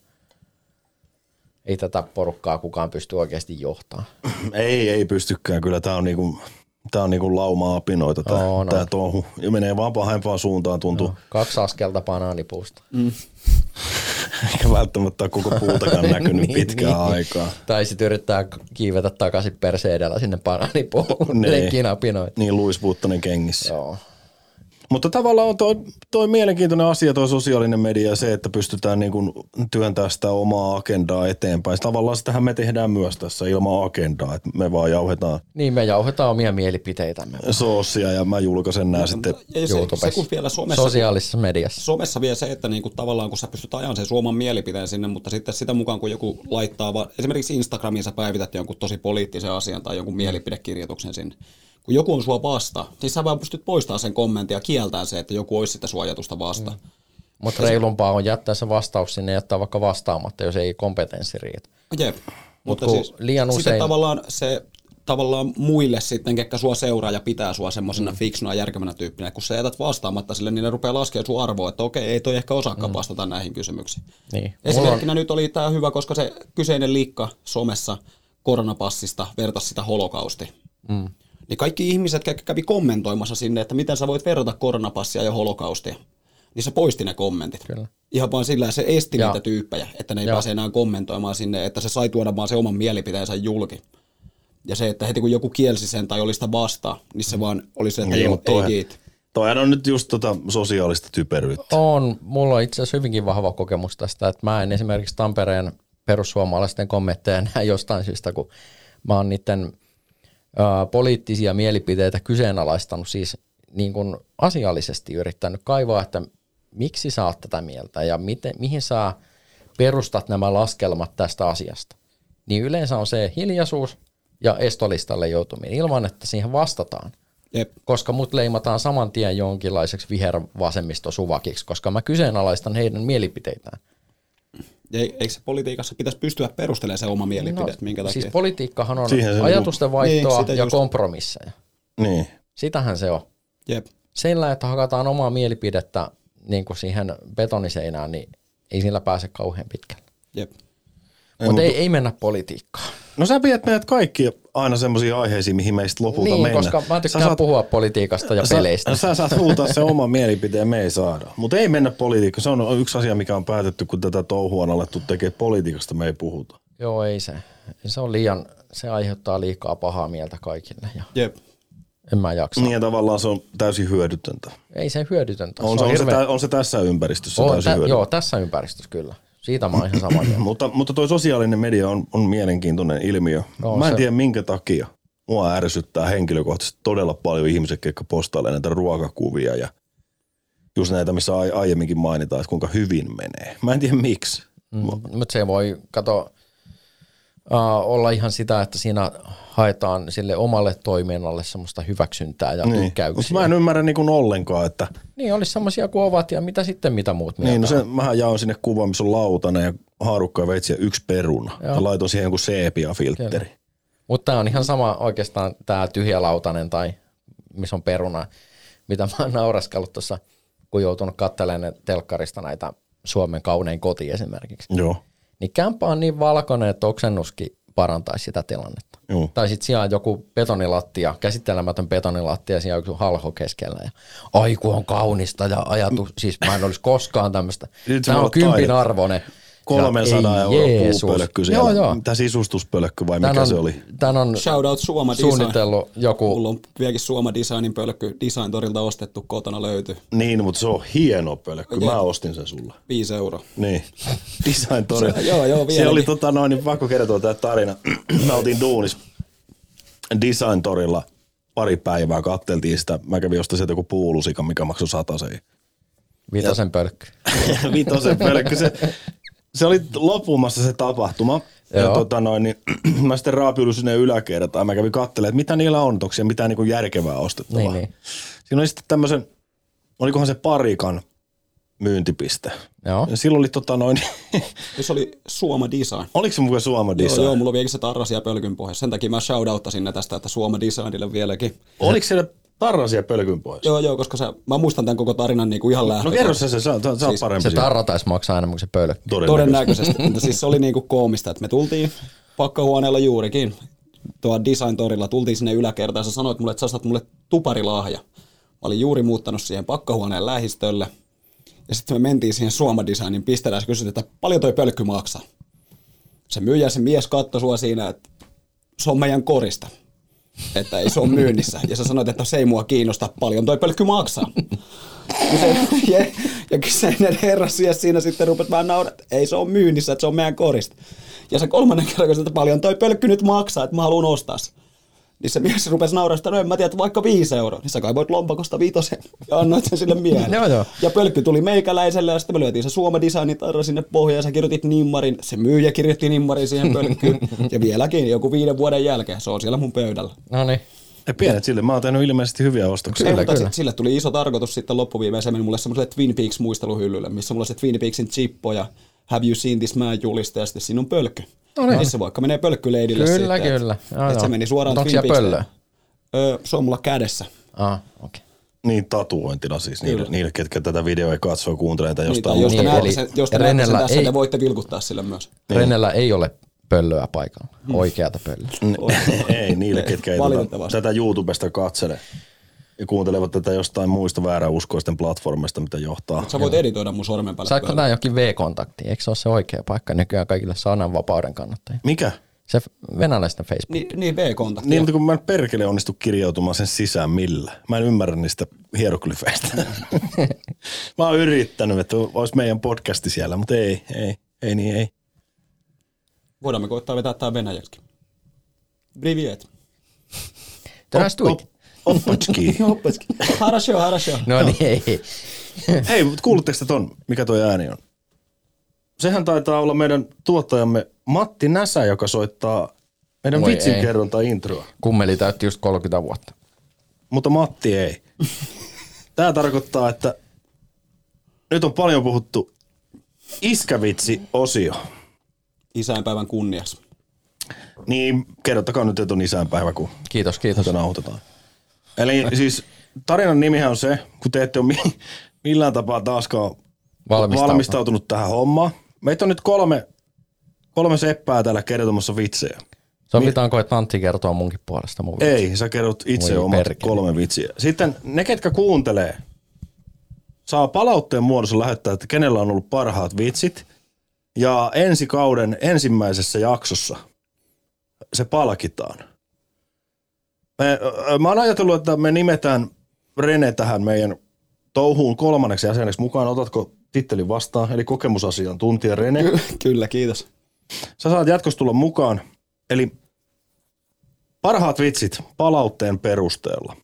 ei tätä porukkaa kukaan pysty oikeasti johtamaan. Ei, ei pystykään. Kyllä tämä on niinku, tää on niinku laumaa apinoita tämä no, no. touhu. Ja menee vaan pahempaan suuntaan tuntuu. No, kaksi askelta banaanipuusta. Mm. Eikä välttämättä ole koko puutakaan näkynyt niin, pitkään niin. aikaa. Tai sitten yrittää kiivetä takaisin perse edellä sinne banaanipuuhun. Leikkiin apinoita. Niin, Louis Vuittonin kengissä. Joo. Mutta tavallaan on toi, toi mielenkiintoinen asia, toi sosiaalinen media ja se, että pystytään niin kuin työntämään sitä omaa agendaa eteenpäin. Tavallaan sitähän me tehdään myös tässä ilman agendaa, että me vaan jauhetaan. Niin, me jauhetaan omia mielipiteitämme. Soosia ja mä julkaisen nää no, sitten YouTubessa, se, vielä somessa, sosiaalisessa mediassa. Somessa vielä se, että niinku tavallaan kun sä pystyt ajamaan sen oman mielipiteen sinne, mutta sitten sitä mukaan kun joku laittaa, vaan, esimerkiksi Instagramiin sä päivität jonkun tosi poliittisen asian tai jonkun mielipidekirjoituksen sinne. Kun joku on sua vastaan, niin sä vaan pystyt poistamaan sen kommentin ja kieltämään se, että joku olisi sitä suojatusta vastaan. Mm. Mutta reilumpaa on jättää se vastaus sinne ja jättää vaikka vastaamatta, jos ei kompetenssi riitä. Jep. Mutta siis liian usein sitten tavallaan se tavallaan muille sitten, ketkä sua seuraa ja pitää sua semmoisena mm. fiksuna ja järkevänä tyyppinä, kun sä jätät vastaamatta sille, niin ne rupeaa laskemaan sun arvoa, että okei, ei toi ehkä osaakaan mm. vastata näihin kysymyksiin. Niin. Esimerkkinä on... nyt oli tää hyvä, koska se kyseinen liikka somessa koronapassista vertasi sitä holokausti. Mm. Niin kaikki ihmiset, jotka kävi kommentoimassa sinne, että miten sä voit verrata koronapassia ja holokaustia, niin se poisti ne kommentit. Kyllä. Ihan vaan sillä se esti ja. niitä tyyppejä, että ne ei ja. pääse enää kommentoimaan sinne, että se sai tuoda vaan se oman mielipiteensä julki. Ja se, että heti kun joku kielsi sen tai oli sitä vastaan, niin se vaan oli se, että niin, ei kiit. Toihan on nyt just tota sosiaalista typeryyttä. On. Mulla on itse asiassa hyvinkin vahva kokemus tästä, että mä en esimerkiksi Tampereen perussuomalaisten kommentteja näe jostain syystä, kun mä oon niiden poliittisia mielipiteitä kyseenalaistanut, siis niin kuin asiallisesti yrittänyt kaivaa, että miksi sä oot tätä mieltä ja miten, mihin sä perustat nämä laskelmat tästä asiasta. Niin yleensä on se hiljaisuus ja estolistalle joutuminen ilman, että siihen vastataan. Jep. Koska mut leimataan saman tien jonkinlaiseksi vihervasemmistosuvakiksi, koska mä kyseenalaistan heidän mielipiteitään. Eikö se politiikassa pitäisi pystyä perustelemaan se oma mielipide? No, minkä takia? Siis politiikkahan on ajatusten vaihtoa niin, ja just kompromisseja. Niin. Sitähän se on. Jep. Sillä, että hakataan omaa mielipidettä niin kuin siihen betoniseinään, niin ei sillä pääse kauhean pitkälle. Jep. Ei, mutta ei, ei mennä politiikkaan. No sä pidät meidät kaikki aina semmoisiin aiheisiin, mihin meistä lopulta niin, mennä. Koska mä tykkään saat, puhua politiikasta ja sä, peleistä. Sä saat huutaa se oma mielipiteen, me ei saada. Mutta ei mennä politiikkaan. Se on yksi asia, mikä on päätetty, kun tätä touhua on alettu tekemään politiikasta, me ei puhuta. Joo, ei se. Se on liian, se aiheuttaa liikaa pahaa mieltä kaikille. Ja jep. En mä jaksa. Niin ja tavallaan se on täysin hyödytöntä. Ei se hyödytöntä. On se, on, hirveän... se, on se tässä ympäristössä on, täysin tä, hyödytöntä. Joo, tässä ympäristössä kyllä. Siitä mä oon ihan samaa mieltä. mutta, mutta toi sosiaalinen media on, on mielenkiintoinen ilmiö. No, mä en se... tiedä minkä takia. Mua ärsyttää henkilökohtaisesti todella paljon ihmiset, jotka postailee näitä ruokakuvia ja just näitä, missä aiemminkin mainitaan, että kuinka hyvin menee. Mä en tiedä miksi. Mm, mutta se voi, kato, uh, olla ihan sitä, että siinä haetaan sille omalle toiminnalle semmoista hyväksyntää ja niin. tykkäyksiä. Mutta mä en ymmärrä niin kuin ollenkaan, että... Niin, olisi semmoisia kuin ovat ja mitä sitten, mitä muut mieltä. Niin, no se, mähän jaon sinne kuvan, missä on lautanen ja haarukka ja veitsi ja yksi peruna. Joo. Ja laitoin siihen jonkun sepia-filtteri. Mutta tämä on ihan sama oikeastaan tämä tyhjä lautanen tai missä on peruna, mitä mä oon nauraskellut tuossa, kun joutunut katselemaan telkkarista näitä Suomen kaunein koti esimerkiksi. Joo. Niin kämppä on niin valkoinen, että oksennuskin parantaisi sitä tilannetta. Juu. Tai sitten siellä on joku betonilattia, käsittelemätön betonilattia, ja siellä on joku halho keskellä. Ja aiku on kaunista ja ajatus, siis mä en olisi koskaan tämmöistä. Tämä on kympin arvoinen. kolmesataa euroa puupölkky siellä. Joo, joo. Mitä sisustuspölkky vai tän mikä on, se oli? Tän on Shoutout Suoma suunnitellut Design. joku. Mulla on vieläkin Suoma Designin pölkky Design Torilta ostettu, kotona löytyy. Niin, mutta se on hieno pölkky. Mä ostin sen sulle. Viisi euroa. Niin. Design Torilta. Joo, joo, vieläkin. Se oli tota noin, niin pakko kertoa tää tarina. Mä oltiin duunis Design Torilla pari päivää, katteltiin sitä. Mä kävin jostain sieltä joku puulusika, mikä maksoi satasen. Vitosen pölkky. Vitosen pölkky. Se, se oli lopumassa se tapahtuma. Joo. Ja tota noin, niin mä sitten raapiudun sinne yläkertaan. Mä kävin katselemaan, että mitä niillä on, onko siellä mitään niin kuin järkevää ostettavaa. Niin, niin. Siinä oli sitten tämmöisen, olikohan se Parikan myyntipiste. Joo. Ja silloin oli tota noin. Se oli Suoma Design. Oliko se mukaan Suoma Design? Joo, joo, mulla on vieläkin se tarrasia pölkyn pohjassa. Sen takia mä shoutouttasin ne tästä, että Suoma Designille vieläkin. Oliko siellä tarrasia pölkyn pohjassa? Joo, joo, koska se, mä muistan tämän koko tarinan niin kuin ihan lähtö. No kerro se, se, se, on, se siis, parempi. Se tarra taisi maksaa enemmän kuin se pölkky. Todennäköisesti. Todennäköisesti. Siis se oli niin kuin koomista, että me tultiin pakkahuoneella juurikin tuolla Design Torilla, tultiin sinne yläkertaan ja sä sanoit mulle, että sä ostat mulle tuparilahja. Mä olin juuri muuttanut siihen pakkahuoneen lähistölle. Ja sitten me mentiin siihen Suoma Designin pisteelle ja sä kysyt, että paljon toi pölkky maksaa. Se myyjä, se mies katsoi sua siinä, että se on meidän korista. Että ei se ole myynnissä. Ja sä sanoit, että se ei mua kiinnosta, paljon toi pölkky maksaa. Ja, se, ja, ja kyseinen herra siinä sitten rupesi vähän nauraa, että ei se ole myynnissä, että se on meidän korista. Ja se kolmannen kerran kysyi, että paljon toi pölkky nyt maksaa, että mä haluan ostaa se. Niin se mies rupesi nauraa, että no en mä tiedä, että vaikka viisi euroa. Niin sä kaivoit lompakosta viitosen ja annoit sen sille miehelle. Joo, joo. Ja pölkky tuli meikäläiselle ja sitten me lyötiin se Suoma Designin tarra sinne pohjaan ja sä kirjoitit nimmarin. Se myyjä kirjoitti nimmarin siihen pölkkyyn. Ja vieläkin joku viiden vuoden jälkeen se on siellä mun pöydällä. No niin. Ja pienet sille, mä oon tehnyt ilmeisesti hyviä ostoksia. Kyllä, kyllä. Sille tuli iso tarkoitus sitten loppuviimeiseen, meni mulle semmoiselle Twin Peaks muisteluhyllylle, missä mulla on se Twin Peaksin chippo ja Have you seen this man juliste ja sitten siinä on pölkky. No niin. Missä vaikka menee pölkkyleidille kyllä, sitten. Kyllä, kyllä. Että se meni suoraan Twin Peaksin. Onko siellä Öö, se on mulla kädessä. Ah, okei. Okay. Niin, tatuointina siis niille, niille, ketkä tätä videoa ei katso ja kuuntelee tai jostain. Niin, jos te niin, näette sen, jos te näette sen tässä, te voitte vilkuttaa sille myös. Rennellä ei ole pöllöä paikalla, hmm. oikeata pöllöä. Ei, niille, ketkä ei tätä, tätä YouTubesta katsele ja kuuntelevat tätä jostain muista vääräuskoisten platformista, mitä johtaa. Sä voit editoida mun sormenpäälle. Saatko tää jokin V-kontakti? Eikö se ole se oikea paikka nykyään kaikille sananvapauden kannattajille? Mikä? Se venäläisten Facebook. Niin, niin V-kontakti. Niin, mutta kun mä en perkele onnistu kirjautumaan sen sisään millä. Mä en ymmärrä niistä hieroglyfeistä. Mä oon yrittänyt, että olisi meidän podcasti siellä, mutta ei, ei, ei niin, ei. Voidaan me koittaa vetää tää venäjäksi. Privet. Здравствуйте. Oppatski. Oppatski. Harasho, harasho. No niin, ei. Hei, mutta kuulutteko te ton, mikä toi ääni on? Sehän taitaa olla meidän tuottajamme Matti Näsä, joka soittaa meidän Moi vitsinkerronta introa. Kummeli täytti just kolmekymmentä vuotta. Mutta Matti ei. Tää tarkoittaa, että nyt on paljon puhuttu iskävitsi-osio. Isänpäivän kunniaksi. Niin, kerrottakaa nyt, että on isänpäivä, kun kiitos, kiitos. nauhoitetaan. Eli siis tarinan nimihän on se, kun te ette ole millään tapaa taaskaan valmistautunut, valmistautunut tähän hommaan. Meitä on nyt kolme, kolme seppää täällä kertomassa vitsejä. Sovitaanko, että Antti kertoo munkin puolesta mun vitsi? Ei, sä kerrot itse Moi omat perkele. kolme vitsiä. Sitten ne, ketkä kuuntelee, saa palautteen muodossa lähettää, että kenellä on ollut parhaat vitsit. Ja ensi kauden ensimmäisessä jaksossa se palkitaan. Me, mä oon ajatellut, että me nimetään Rene tähän meidän touhuun kolmanneksi jäseneksi mukaan. Otatko tittelin vastaan, eli kokemusasiantuntija Rene? Ky- kyllä, kiitos. Sä saat jatkossa tulla mukaan. Eli parhaat vitsit palautteen perusteella.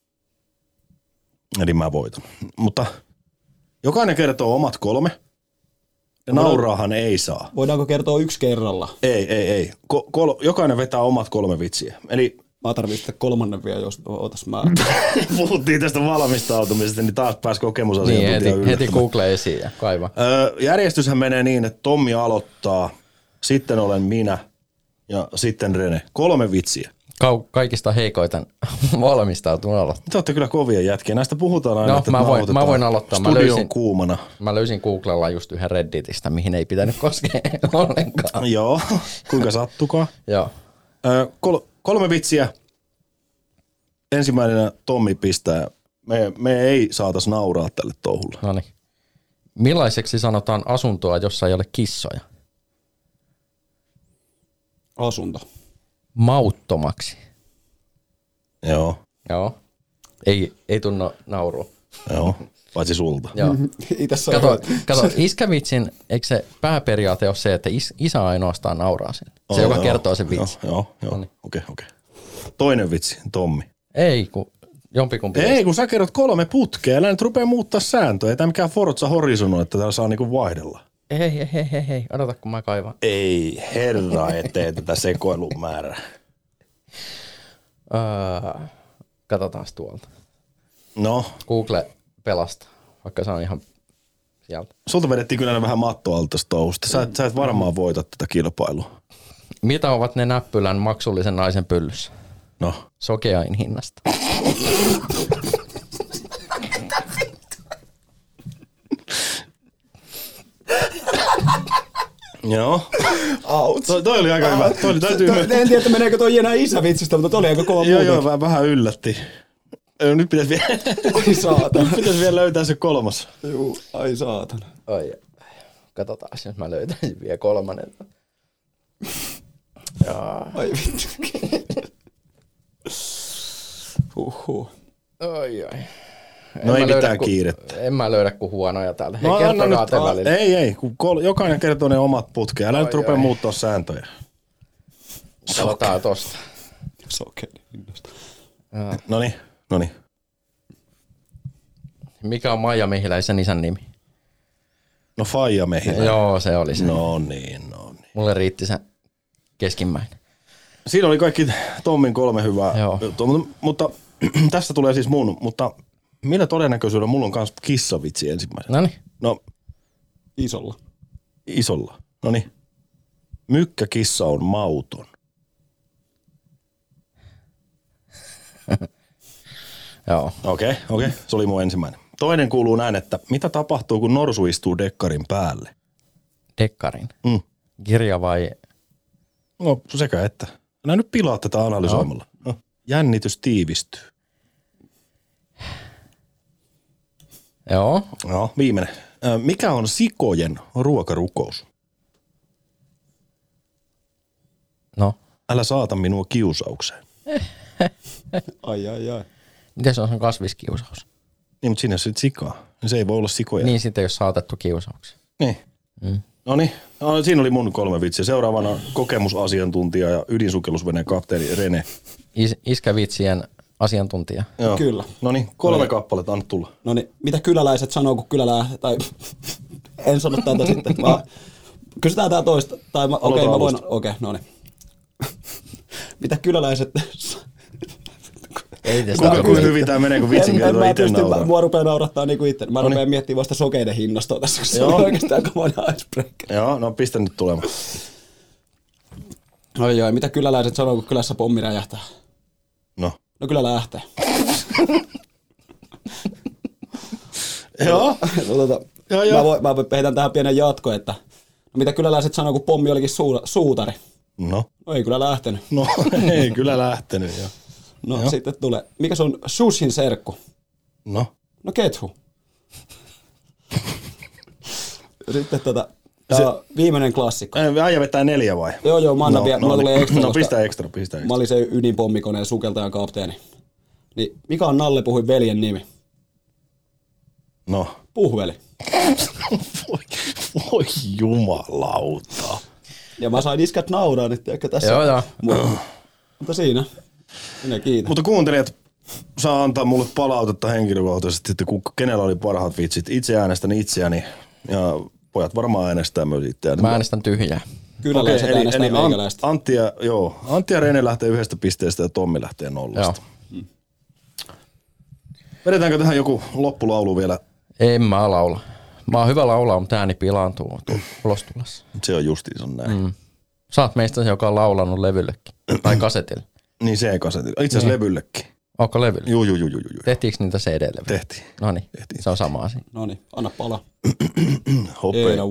Eli mä voitan. Mutta jokainen kertoo omat kolme. Ja nauraahan ei saa. Voidaanko kertoa yksi kerralla? Ei, ei, ei. Ko- kol- jokainen vetää omat kolme vitsiä. Eli mä tarvitsen kolmannen vielä, jos otas mä. Puhuttiin tästä valmistautumisesta, niin taas pääsi kokemusasiantuntija niin, heti, yllättämään. heti Google esiin ja kaiva. Öö, järjestyshän menee niin, että Tommi aloittaa, sitten olen minä ja sitten Rene. Kolme vitsiä. Ka- kaikista heikoiten valmistautunut aloittaa. Te olette kyllä kovia jätkiä. Näistä puhutaan aina, no, että mä voin, mä voin aloittaa. Studio mä löysin, on kuumana. Mä löysin Googlella just yhden Redditistä, mihin ei pitänyt koskea ollenkaan. Joo, kuinka sattukaa. Joo. Ö, kol- kolme vitsiä. Ensimmäisenä Tommi pistää. Me, me ei saatais nauraa tälle touhulle. Noniin. Millaiseksi sanotaan asuntoa, jossa ei ole kissoja? Asunto. Mauttomaksi. Joo, Joo. Ei, ei tunno naurua. joo. Paitsi sulta. Joo. Itse Kato, kato, iskävitsin, eikö se pääperiaate ole se, että is, isä ainoastaan nauraa sen? Se, Oh, joka joo, kertoo sen vitsin. Joo, joo. joo. Noniin. Okei, okei. Toinen vitsi, Tommi. Ei, kun jompikumpi. Ei, kun sä kerrot kolme putkea, älä nyt rupea muuttaa sääntöjä. Ei tää mikään Forza Horizon ole, että täällä saa niinku vaihdella. Ei, ei, ei, ei, ei. Odota, kun mä kaivan. Ei, herra eteen tätä sekoilun määrää. Öö, katsotaan tuolta. No, Google pelastaa, vaikka se on ihan sieltä. sulta vedettiin kyllä vähän matto alta tästä touhusta. Sä, et- sä et varmaan voita tätä kilpailua. Mitä ovat ne näppylän maksullisen naisen pyllyssä? No. Sokeain hinnasta. Joo. Out. Toi, toi oli aika hyvä. Toi oli, täytyy En tiedä, että meneekö toi enää isävitsistä, mutta toi oli aika kova Joo, muuten. joo, vähän, vähän yllätti. Ö, Nyt pitäisi vielä, Ai saatana. pitäisi vielä löytää se kolmas. Juu, ai saatana. Ai, katsotaan, jos mä löytäisin vielä kolmannen. Jaa. Ai vittu. Huhhuh. Ai, ai. No ei mä löydä, mitään kun, kiirettä. En mä löydä kuin huonoja täältä. Hei, No, anna kertokaa nyt, te a- välillä. ei, ei, kun kol, jokainen kertoo ne omat putkea. Älä Ai, nyt rupea ai. muuttaa sääntöjä. Katsotaan tosta. Sokeiden hinnasta. Noniin, noniin. Mikä on Maija Mehiläisen isän nimi? No faija Mehiläinen. Joo, se oli se. No niin, no niin. Mulle riitti se keskimmäinen. Siinä oli kaikki Tommin kolme hyvää Joo. juttua, mutta, mutta tästä tulee siis mun, mutta millä todennäköisyydellä mulla on kans kissavitsi ensimmäisenä? Noniin. No Isolla. isolla. Noniin. Mykkäkissa on mauton. Joo. Okei, okay, okei. Okay. Se oli mun ensimmäinen. Toinen kuuluu näin, että mitä tapahtuu, kun norsu istuu dekkarin päälle? Dekkarin. Mm. Kirja vai? No sekä että. Älä nyt pilaa tätä analysoimalla. No. Jännitys tiivistyy. Joo. No, viimeinen. Ö, Mikä on sikojen ruokarukous? No. Älä saata minua kiusaukseen. Ai ai ai. Miten se on kasviskiusaus? Niin, mutta siinä on sitten sikaa. Se ei voi olla sikoja. Niin sitten jos saatettu kiusauksia. Niin. Mm. No niin, no, siinä oli mun kolme vitsiä. Seuraavana kokemusasiantuntija ja ydinsukellusveneen kapteeni Rene. Is- iskävitsien asiantuntija. Joo. Kyllä. No niin, kolme Oli. kappaletta, anna tulla. No niin, mitä kyläläiset sanoo, kun kylälää, tai en sano tätä sitten. Mä, kysytään tää toista, tai mä, okei, Aloita mä voin, alusta. okei, no niin. Mitä kyläläiset... Ei te Kuinka, sitä kuinka hyvin tää menee, kun vitsin en, en kertoo mä itse pysty, nauraa. mä, mua rupeaa naurattaa niinku itse. Mä No niin. rupean miettimään vasta sokeiden hinnastoa tässä, koska se Joo. on oikeastaan aikamoinen icebreaker. Joo, no pistä nyt tulemaan. Oi joo, mitä kyläläiset sanoo, kun kylässä pommi räjähtää? No. No kyllä lähtee. Joo. no, tota, Joo, joo. mä, voin, mä heitän tähän pienen jatko, että no, mitä kyläläiset sanoo, kun pommi olikin suu, suutari? No. No ei kyllä lähtenyt. No, ei kyllä lähtenyt. Jo. No Joo. sitten tulee, mikä se on Shushin serkku? No. No kethu. sitten tota, tää on viimeinen klassikko. Äijä vetää neljä vai? Joo joo, mä annan No, vielä, no mulla niin. tulee ekstra. No koska pistä ekstra, pistä ekstra. Mä olin se ydinpommikoneen sukeltajan kapteeni. Niin mikä on Nalle Puhin veljen nimi? No. Puhveli. Voi, voi jumalauta. Ja mä sain iskät nauraa nyt, ehkä tässä. Joo, joo. Mutta, mutta siinä. Minä kiitän. Mutta kuuntelijat saa antaa mulle palautetta henkilökohtaisesti, että kun, kenellä oli parhaat vitsit. Itse äänestän itseäni ja pojat varmaan äänestää myös itseään. Mä äänestän tyhjää. Kyläläiset Okei, äänestää eli, eli meikäläistä. Antti ja, joo, Antti ja Rene lähtee yhdestä pisteestä ja Tommi lähtee nollasta. Joo. Vedetäänkö tähän joku loppulaulu vielä? En mä laula. Mä oon hyvä laulaa, mutta ääni pilaantuu tu- ulos tullessa. Se on justiinsa näin. Mm. Mm. Sä oot meistä se, joka on laulanut levyllekin. Tai kasetille. Niin se ei kaseti. Itse asiassa Niin. levyllekin. Onko levyllä? Juu, juu, juu, juu. juu. Tehtiinkö niitä C D-levyjä? Tehtiin. No niin, Tehtiin. se on sama asia. No niin, anna pala. Hoppei. Eera one,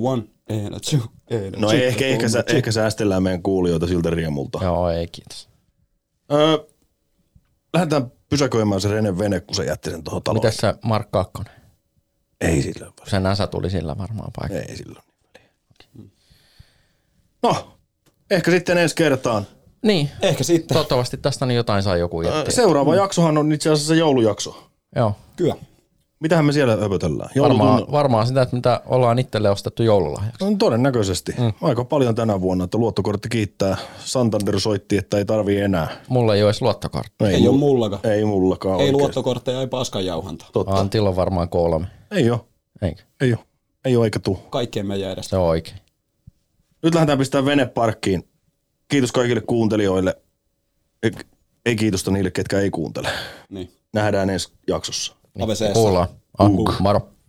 Energy, energy, No ei, ehkä, ehkä, sä, ehkä säästellään meidän kuulijoita siltä riemulta. Joo, ei kiitos. Öö, lähdetään pysäköimään se Renen vene, kun se jätti sen tuohon taloon. Mitäs se Mark Kakkonen? Ei sillä. Se Näsä tuli sillä varmaan paikalla. Ei sillä. Okay. No, ehkä sitten ensi kertaan. Niin. Ehkä sitten. Toivottavasti tästä niin jotain saa joku jättää. Seuraava mm. jaksohan on itse asiassa se joulujakso. Joo. Kyllä. Mitähän me siellä höpötellään? Varmaan, varmaan sitä, että mitä ollaan itselle ostettu joululahjaksi. No, todennäköisesti. Mm. Aika paljon tänä vuonna, että luottokortti kiittää. Santander soitti, että ei tarvii enää. Mulla ei ole edes luottokorttia. Ei, ei ole mullakaan. Ei mullakaan Ei oikeasti. luottokortteja, ei paskan jauhanta. Totta. Antilla on varmaan kolme. Ei ole. Eikö? Ei ole. Ei ole eikä tuu. Kaikkien meidän edestä. Se on oikein. Nyt lähdetään pistämään vene parkkiin. Kiitos kaikille kuuntelijoille. Ei kiitosta niille, ketkä ei kuuntele. Niin. Nähdään ensi jaksossa. Niin. Kuullaan. Ah, moro.